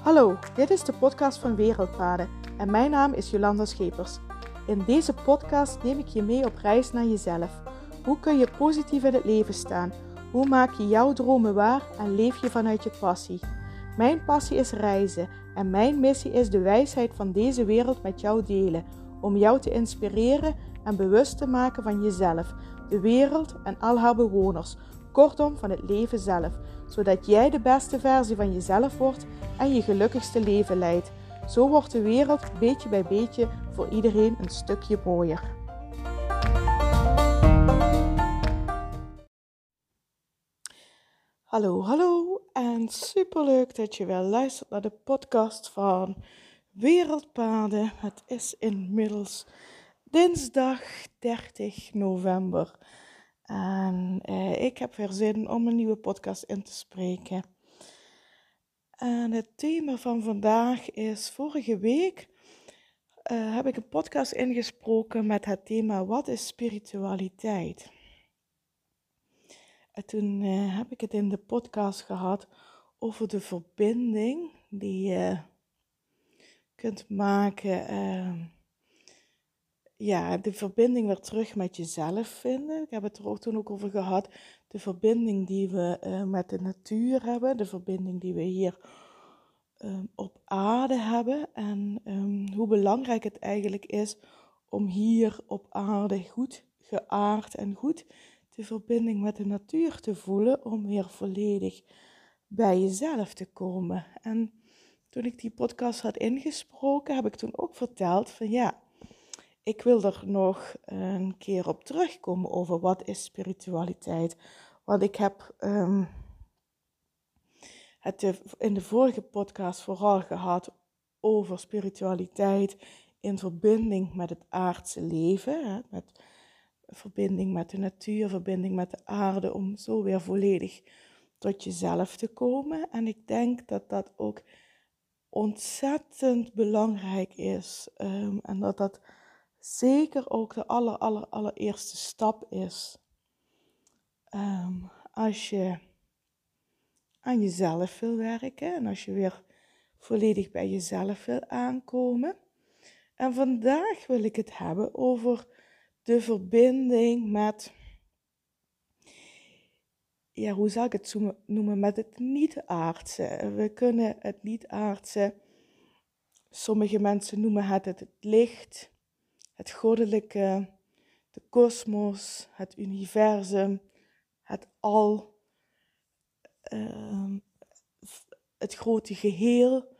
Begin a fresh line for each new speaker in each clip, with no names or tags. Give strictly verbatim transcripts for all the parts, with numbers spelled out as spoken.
Hallo, dit is de podcast van Wereldpaden en mijn naam is Jolanda Schepers. In deze podcast neem ik je mee op reis naar jezelf. Hoe kun je positief in het leven staan? Hoe maak je jouw dromen waar en leef je vanuit je passie? Mijn passie is reizen en mijn missie is de wijsheid van deze wereld met jou delen. Om jou te inspireren en bewust te maken van jezelf, de wereld en al haar bewoners. Kortom, van het leven zelf. Zodat jij de beste versie van jezelf wordt en je gelukkigste leven leidt. Zo wordt de wereld beetje bij beetje voor iedereen een stukje mooier. Hallo, hallo en superleuk dat je weer luistert naar de podcast van Wereldpaden. Het is inmiddels dinsdag dertig november. En eh, ik heb weer zin om een nieuwe podcast in te spreken. En het thema van vandaag is: vorige week uh, heb ik een podcast ingesproken met het thema wat is spiritualiteit? En toen uh, heb ik het in de podcast gehad over de verbinding die je kunt maken. Uh, ja, de verbinding weer terug met jezelf vinden. Ik heb het er ook toen ook over gehad. De verbinding die we uh, met de natuur hebben. De verbinding die we hier um, op aarde hebben. En um, hoe belangrijk het eigenlijk is om hier op aarde goed geaard en goed de verbinding met de natuur te voelen. Om weer volledig bij jezelf te komen. En toen ik die podcast had ingesproken, heb ik toen ook verteld van ja, ik wil er nog een keer op terugkomen over wat is spiritualiteit. Want ik heb um, het in de vorige podcast vooral gehad over spiritualiteit in verbinding met het aardse leven. Hè, met verbinding met de natuur, verbinding met de aarde, om zo weer volledig tot jezelf te komen. En ik denk dat dat ook ontzettend belangrijk is. Um, en dat dat zeker ook de aller, aller, allereerste stap is. Um, als je aan jezelf wil werken en als je weer volledig bij jezelf wil aankomen. En vandaag wil ik het hebben over de verbinding met, ja, hoe zal ik het zo noemen, met het niet-aardse. We kunnen het niet-aardse, sommige mensen noemen het het licht, het goddelijke, de kosmos, het universum, het al, uh, het grote geheel.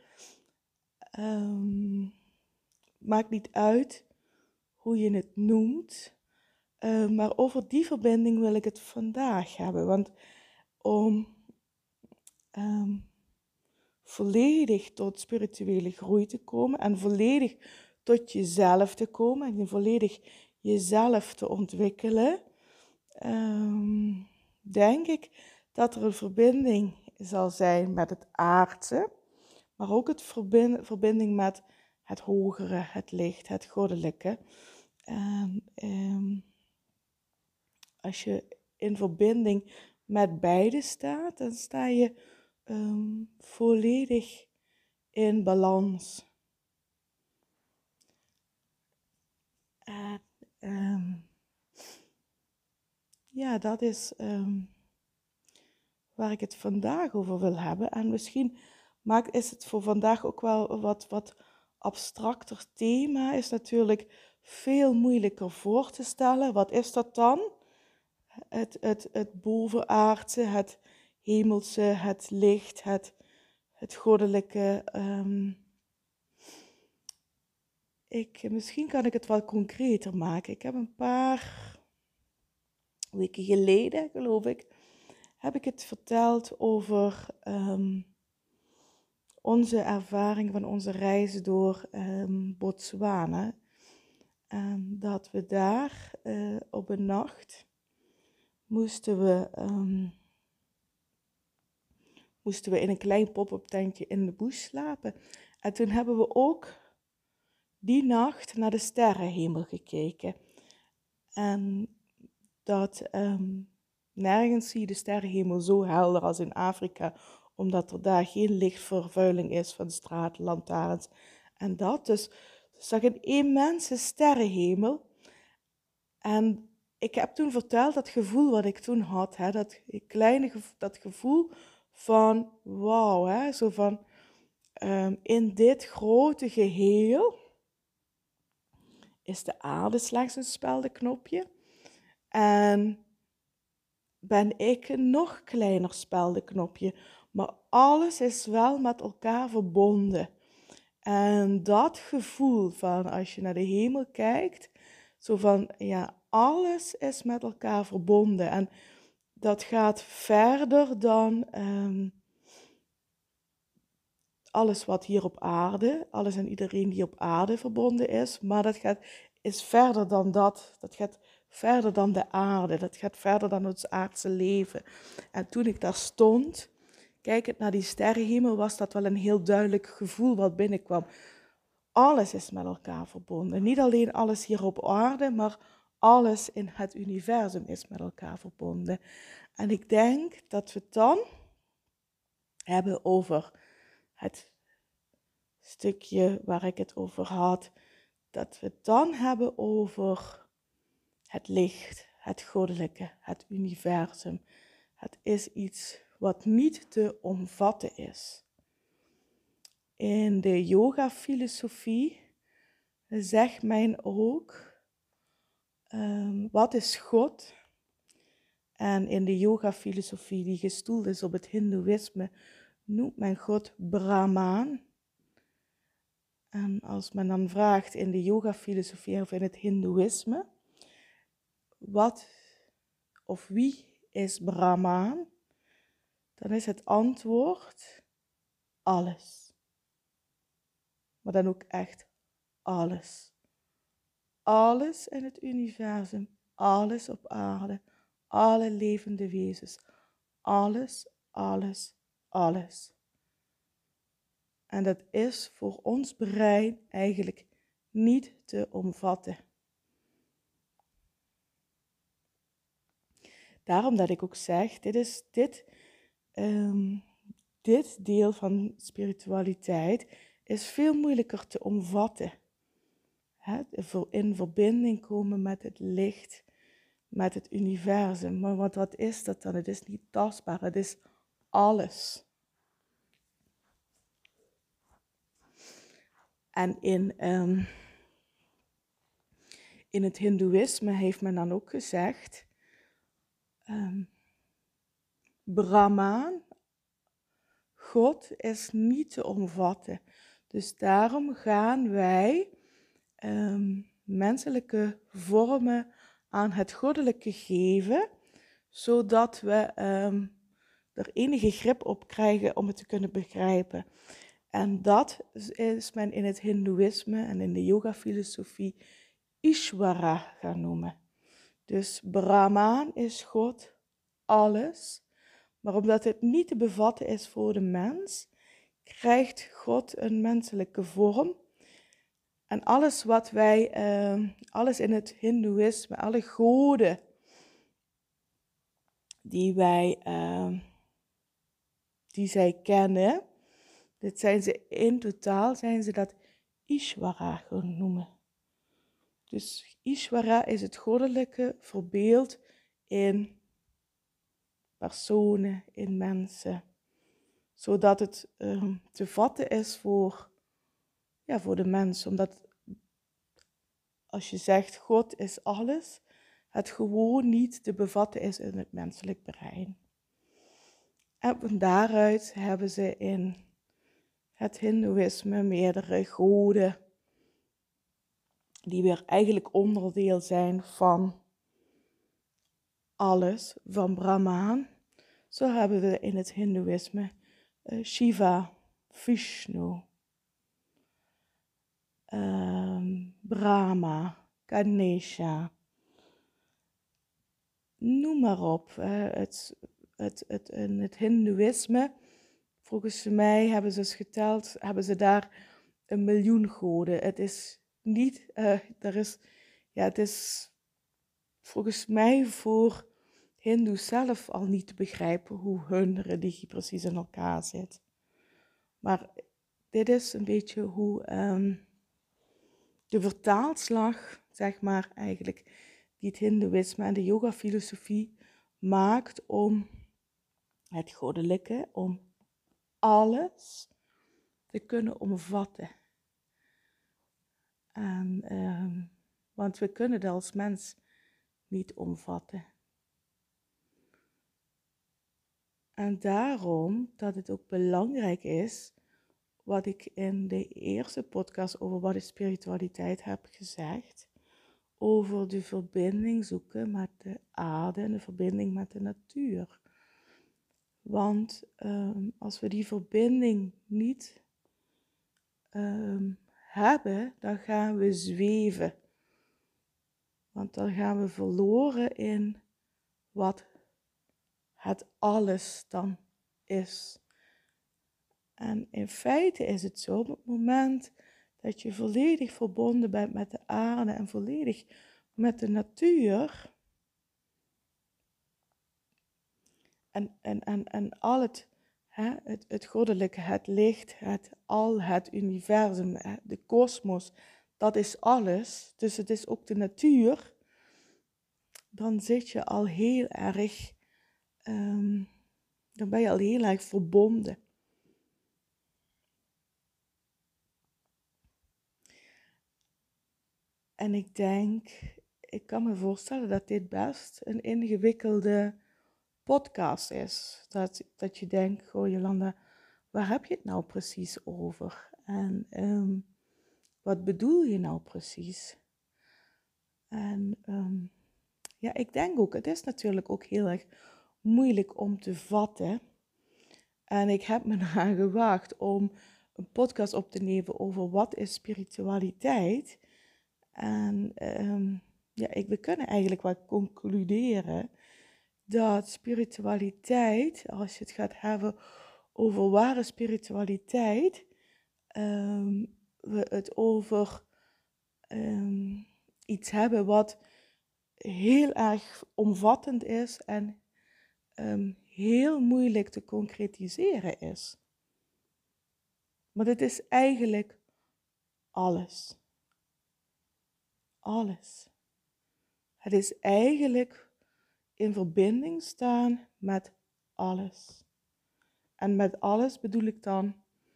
Um, maakt niet uit hoe je het noemt, uh, maar over die verbinding wil ik het vandaag hebben. Want om um, volledig tot spirituele groei te komen en volledig tot jezelf te komen en volledig jezelf te ontwikkelen, um, denk ik dat er een verbinding zal zijn met het aardse, maar ook het verbind, verbinding met het hogere, het licht, het goddelijke. En um, als je in verbinding met beide staat, dan sta je um, volledig in balans. En, um, ja, dat is um, waar ik het vandaag over wil hebben. En misschien maakt, is het voor vandaag ook wel wat, wat abstracter thema. Is natuurlijk veel moeilijker voor te stellen. Wat is dat dan? Het, het, het bovenaardse, het hemelse, het licht, het, het goddelijke. Um, ik, misschien kan ik het wat concreter maken. Ik heb een paar weken geleden, geloof ik, heb ik het verteld over um, onze ervaring van onze reis door um, Botswana. En dat we daar uh, op een nacht moesten we, um, moesten we in een klein pop-up tentje in de bush slapen. En toen hebben we ook die nacht naar de sterrenhemel gekeken. En dat um, nergens zie je de sterrenhemel zo helder als in Afrika omdat er daar geen lichtvervuiling is van straatlantaarns en dat. Dus ik zag een immense sterrenhemel. En ik heb toen verteld dat gevoel wat ik toen had, hè, dat kleine gevoel, dat gevoel van wauw, hè, zo van um, in dit grote geheel is de aarde slechts een speldenknopje en ben ik een nog kleiner speldenknopje, maar alles is wel met elkaar verbonden. En dat gevoel van als je naar de hemel kijkt, zo van ja, alles is met elkaar verbonden. En dat gaat verder dan um, alles wat hier op aarde, alles en iedereen die op aarde verbonden is. Maar dat gaat, is verder dan dat. Dat gaat verder dan de aarde. Dat gaat verder dan ons aardse leven. En toen ik daar stond, kijkend naar die sterrenhemel, was dat wel een heel duidelijk gevoel wat binnenkwam. Alles is met elkaar verbonden. Niet alleen alles hier op aarde, maar alles in het universum is met elkaar verbonden. En ik denk dat we het dan hebben over het stukje waar ik het over had, dat we het dan hebben over het licht, het goddelijke, het universum. Het is iets wat niet te omvatten is. In de yoga-filosofie zegt men ook, um, wat is God? En in de yoga-filosofie die gestoeld is op het hindoeïsme, noemt men God Brahman. En als men dan vraagt in de yoga-filosofie of in het hindoeïsme, wat of wie is Brahman? Dan is het antwoord alles. Maar dan ook echt alles. Alles in het universum, alles op aarde, alle levende wezens, alles, alles, alles. En dat is voor ons brein eigenlijk niet te omvatten. Daarom dat ik ook zeg, dit is dit, um, dit deel van spiritualiteit is veel moeilijker te omvatten. He, in verbinding komen met het licht, met het universum. Maar wat, wat is dat dan? Het is niet tastbaar, het is alles. En in, um, in het hindoeïsme heeft men dan ook gezegd, um, Brahman, God is niet te omvatten. Dus daarom gaan wij um, menselijke vormen aan het goddelijke geven, zodat we um, er enige grip op krijgen om het te kunnen begrijpen. En dat is men in het hindoeïsme en in de yoga-filosofie Ishvara gaan noemen. Dus Brahman is God, alles. Maar omdat het niet te bevatten is voor de mens, krijgt God een menselijke vorm. En alles wat wij, uh, alles in het hindoeïsme, alle goden die wij, uh, die zij kennen, dit zijn ze in totaal, zijn ze dat Ishvara gaan noemen. Dus Ishvara is het goddelijke verbeeld in personen, in mensen. Zodat het uh, te vatten is voor, ja, voor de mens. Omdat als je zegt God is alles, het gewoon niet te bevatten is in het menselijk brein. En van daaruit hebben ze in het hindoeïsme meerdere goden, die weer eigenlijk onderdeel zijn van alles, van Brahman. Zo hebben we in het hindoeïsme uh, Shiva, Vishnu, um, Brahma, Ganesha, noem maar op. Uh, het, het, het, in het hindoeïsme, volgens mij hebben ze eens geteld, hebben ze daar een miljoen goden. Het is niet, uh, er is, ja, het is volgens mij voor Hindoes zelf al niet begrijpen hoe hun religie precies in elkaar zit. Maar dit is een beetje hoe um, de vertaalslag, zeg maar eigenlijk, die het Hindoeïsme en de yoga-filosofie maakt om het goddelijke, om alles te kunnen omvatten. En, um, want we kunnen dat als mens niet omvatten. En daarom dat het ook belangrijk is, wat ik in de eerste podcast over wat is spiritualiteit heb gezegd, over de verbinding zoeken met de aarde en de verbinding met de natuur. Want um, als we die verbinding niet um, hebben, dan gaan we zweven. Want dan gaan we verloren in wat het alles dan is. En in feite is het zo, op het moment dat je volledig verbonden bent met de aarde en volledig met de natuur, en, en, en, en al het, hè, het, het goddelijke, het licht, het al, het universum, de kosmos, dat is alles, dus het is ook de natuur, dan zit je al heel erg, um, dan ben je al heel erg verbonden. En ik denk, ik kan me voorstellen dat dit best een ingewikkelde podcast is. Dat, dat je denkt, goh Jolanda, waar heb je het nou precies over? En um, wat bedoel je nou precies? En um, ja, ik denk ook, het is natuurlijk ook heel erg moeilijk om te vatten. En ik heb me eraan gewaagd om een podcast op te nemen over wat is spiritualiteit. En um, ja, ik, we kunnen eigenlijk wel concluderen dat spiritualiteit, als je het gaat hebben over ware spiritualiteit, um, we het over um, iets hebben wat heel erg omvattend is en um, heel moeilijk te concretiseren is. Maar dit is eigenlijk alles. Alles. Het is eigenlijk in verbinding staan met alles. En met alles bedoel ik dan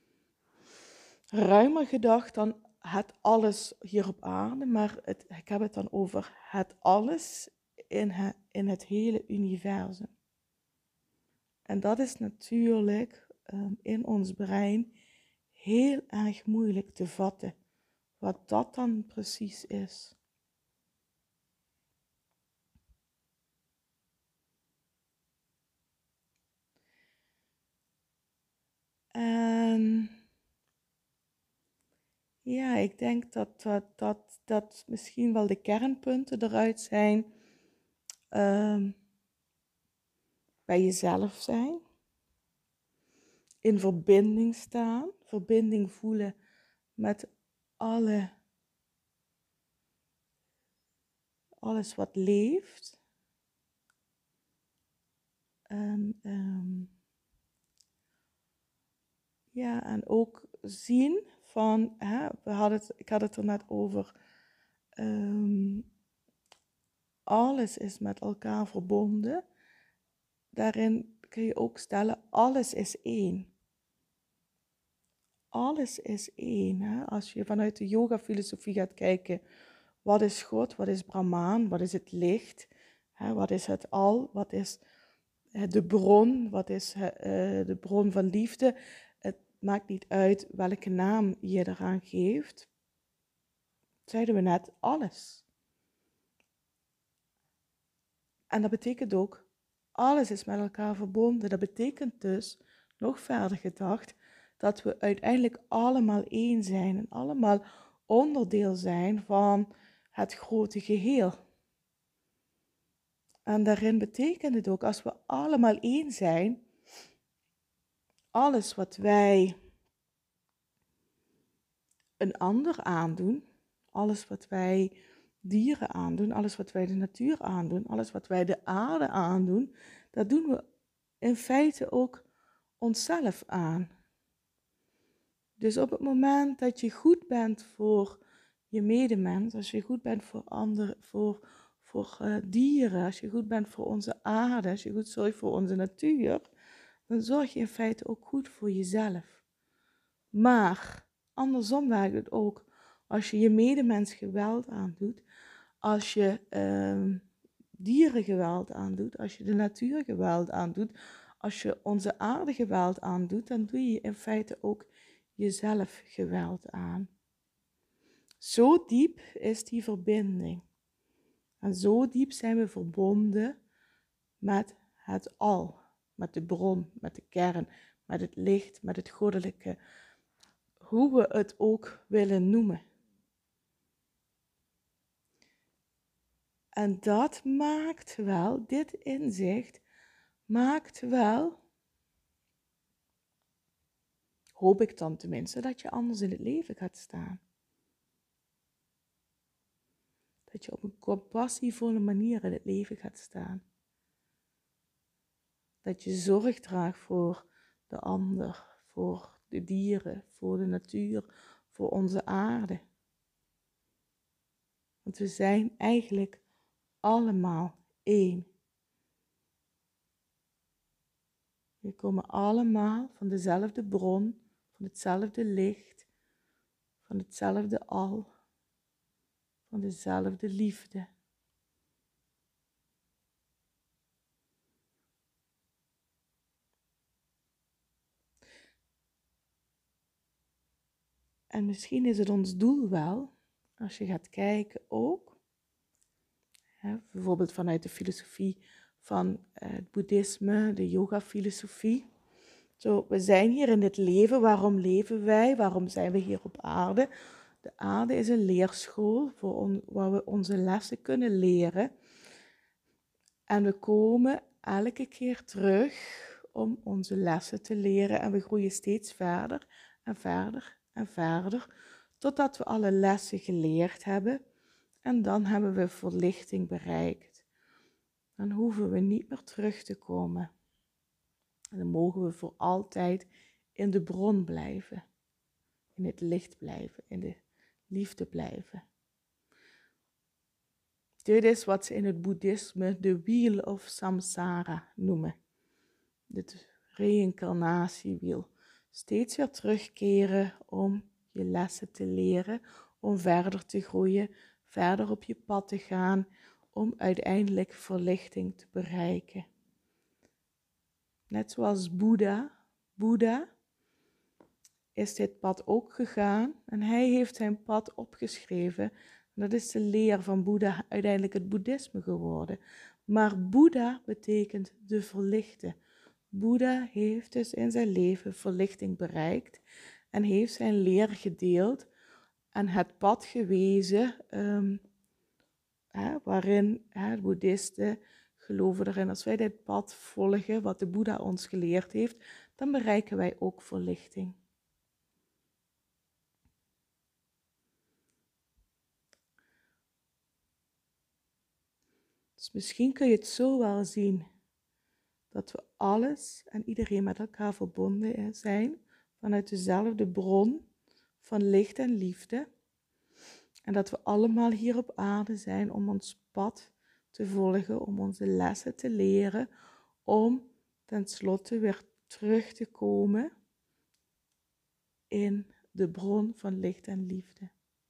ruimer gedacht dan het alles hier op aarde, maar het, ik heb het dan over het alles in het, in het hele universum. En dat is natuurlijk um, in ons brein heel erg moeilijk te vatten, wat dat dan precies is. En ja, ik denk dat, dat, dat, dat misschien wel de kernpunten eruit zijn. Um, bij jezelf zijn. In verbinding staan. Verbinding voelen met alle, alles wat leeft. En, um, ja, en ook zien van, hè, we hadden het, ik had het er net over, um, alles is met elkaar verbonden. Daarin kun je ook stellen, alles is één. Alles is één. Hè? Als je vanuit de yoga-filosofie gaat kijken, wat is God, wat is Brahman, wat is het licht, hè? Wat is het al, wat is de bron, wat is uh, de bron van liefde. Het maakt niet uit welke naam je eraan geeft. Zeiden we net, alles. En dat betekent ook, alles is met elkaar verbonden. Dat betekent dus, nog verder gedacht, dat we uiteindelijk allemaal één zijn en allemaal onderdeel zijn van het grote geheel. En daarin betekent het ook, als we allemaal één zijn, alles wat wij een ander aandoen, alles wat wij dieren aandoen, alles wat wij de natuur aandoen, alles wat wij de aarde aandoen, dat doen we in feite ook onszelf aan. Dus op het moment dat je goed bent voor je medemens, als je goed bent voor anderen, voor, voor uh, dieren, als je goed bent voor onze aarde, als je goed zorgt voor onze natuur, dan zorg je in feite ook goed voor jezelf. Maar andersom werkt het ook. Als je je medemens geweld aandoet, als je uh, dieren geweld aandoet, als je de natuur geweld aandoet, als je onze aarde geweld aandoet, dan doe je in feite ook jezelf geweld aan. Zo diep is die verbinding. En zo diep zijn we verbonden met het al, met de bron, met de kern, met het licht, met het goddelijke. Hoe we het ook willen noemen. En dat maakt wel, dit inzicht maakt wel, hoop ik dan tenminste, dat je anders in het leven gaat staan. Dat je op een compassievolle manier in het leven gaat staan. Dat je zorg draagt voor de ander, voor de dieren, voor de natuur, voor onze aarde. Want we zijn eigenlijk allemaal één. We komen allemaal van dezelfde bron, van hetzelfde licht, van hetzelfde al, van dezelfde liefde. En misschien is het ons doel wel, als je gaat kijken ook, hè, bijvoorbeeld vanuit de filosofie van het boeddhisme, de yoga-filosofie. Zo, we zijn hier in dit leven, waarom leven wij? Waarom zijn we hier op aarde? De aarde is een leerschool voor on, waar we onze lessen kunnen leren. En we komen elke keer terug om onze lessen te leren en we groeien steeds verder en verder en verder, totdat we alle lessen geleerd hebben en dan hebben we verlichting bereikt. Dan hoeven we niet meer terug te komen. En dan mogen we voor altijd in de bron blijven, in het licht blijven, in de liefde blijven. Dit is wat ze in het boeddhisme de wheel of samsara noemen. Dit reïncarnatiewiel. Steeds weer terugkeren om je lessen te leren, om verder te groeien, verder op je pad te gaan, om uiteindelijk verlichting te bereiken. Net zoals Boeddha, Boeddha is dit pad ook gegaan en hij heeft zijn pad opgeschreven. En dat is de leer van Boeddha uiteindelijk het boeddhisme geworden. Maar Boeddha betekent de verlichte. Boeddha heeft dus in zijn leven verlichting bereikt en heeft zijn leer gedeeld en het pad gewezen um, hè, waarin hè, de boeddhisten geloven erin. Als wij dit pad volgen, wat de Boeddha ons geleerd heeft, dan bereiken wij ook verlichting. Dus misschien kun je het zo wel zien, dat we alles en iedereen met elkaar verbonden zijn, vanuit dezelfde bron van licht en liefde. En dat we allemaal hier op aarde zijn om ons pad te volgen, om onze lessen te leren, om tenslotte weer terug te komen in de bron van licht en liefde.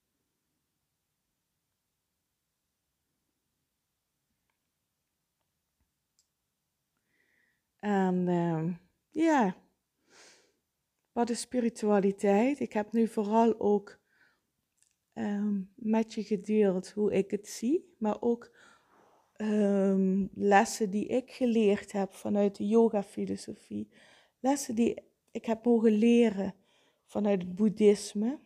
En uh, ja, wat is spiritualiteit? Ik heb nu vooral ook um, met je gedeeld hoe ik het zie, maar ook um, lessen die ik geleerd heb vanuit de yoga-filosofie. Lessen die ik heb mogen leren vanuit het boeddhisme.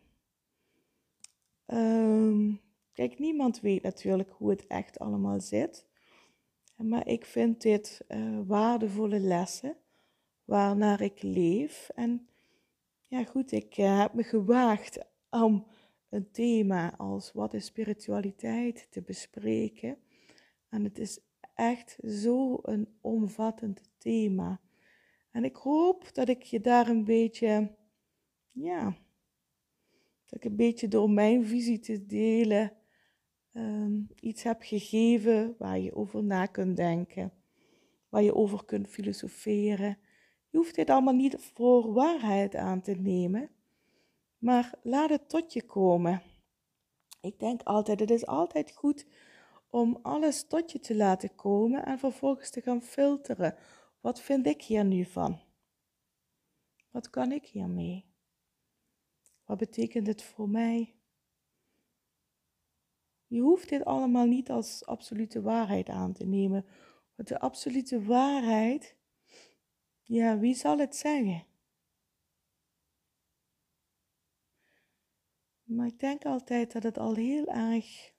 Um, kijk, niemand weet natuurlijk hoe het echt allemaal zit. Maar ik vind dit uh, waardevolle lessen waarnaar ik leef. En ja goed, ik uh, heb me gewaagd om een thema als wat is spiritualiteit te bespreken. En het is echt zo'n omvattend thema. En ik hoop dat ik je daar een beetje, ja, dat ik een beetje door mijn visie te delen um, iets heb gegeven waar je over na kunt denken, waar je over kunt filosoferen. Je hoeft dit allemaal niet voor waarheid aan te nemen, maar laat het tot je komen. Ik denk altijd, het is altijd goed om alles tot je te laten komen en vervolgens te gaan filteren. Wat vind ik hier nu van? Wat kan ik hiermee? Wat betekent het voor mij? Je hoeft dit allemaal niet als absolute waarheid aan te nemen. Want de absolute waarheid, ja, wie zal het zeggen? Maar ik denk altijd dat het al heel erg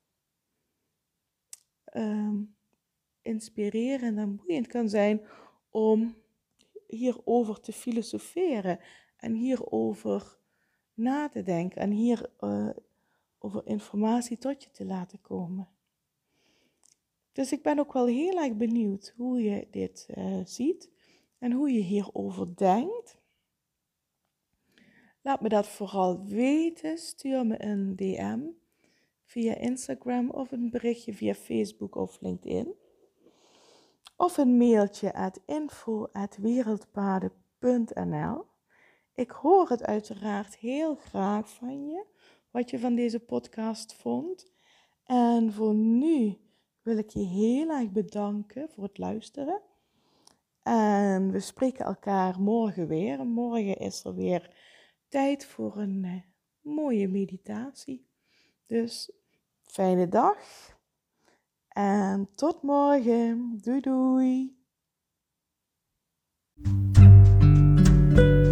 um, inspirerend en boeiend kan zijn om hierover te filosoferen en hierover na te denken en hier uh, over informatie tot je te laten komen. Dus ik ben ook wel heel erg benieuwd hoe je dit uh, ziet en hoe je hierover denkt. Laat me dat vooral weten. Stuur me een D M via Instagram of een berichtje via Facebook of LinkedIn. Of een mailtje at info at wereldpaden punt n l. Ik hoor het uiteraard heel graag van je, wat je van deze podcast vond. En voor nu wil ik je heel erg bedanken voor het luisteren. En we spreken elkaar morgen weer. Morgen is er weer tijd voor een uh, mooie meditatie. Dus fijne dag. En tot morgen. Doei doei.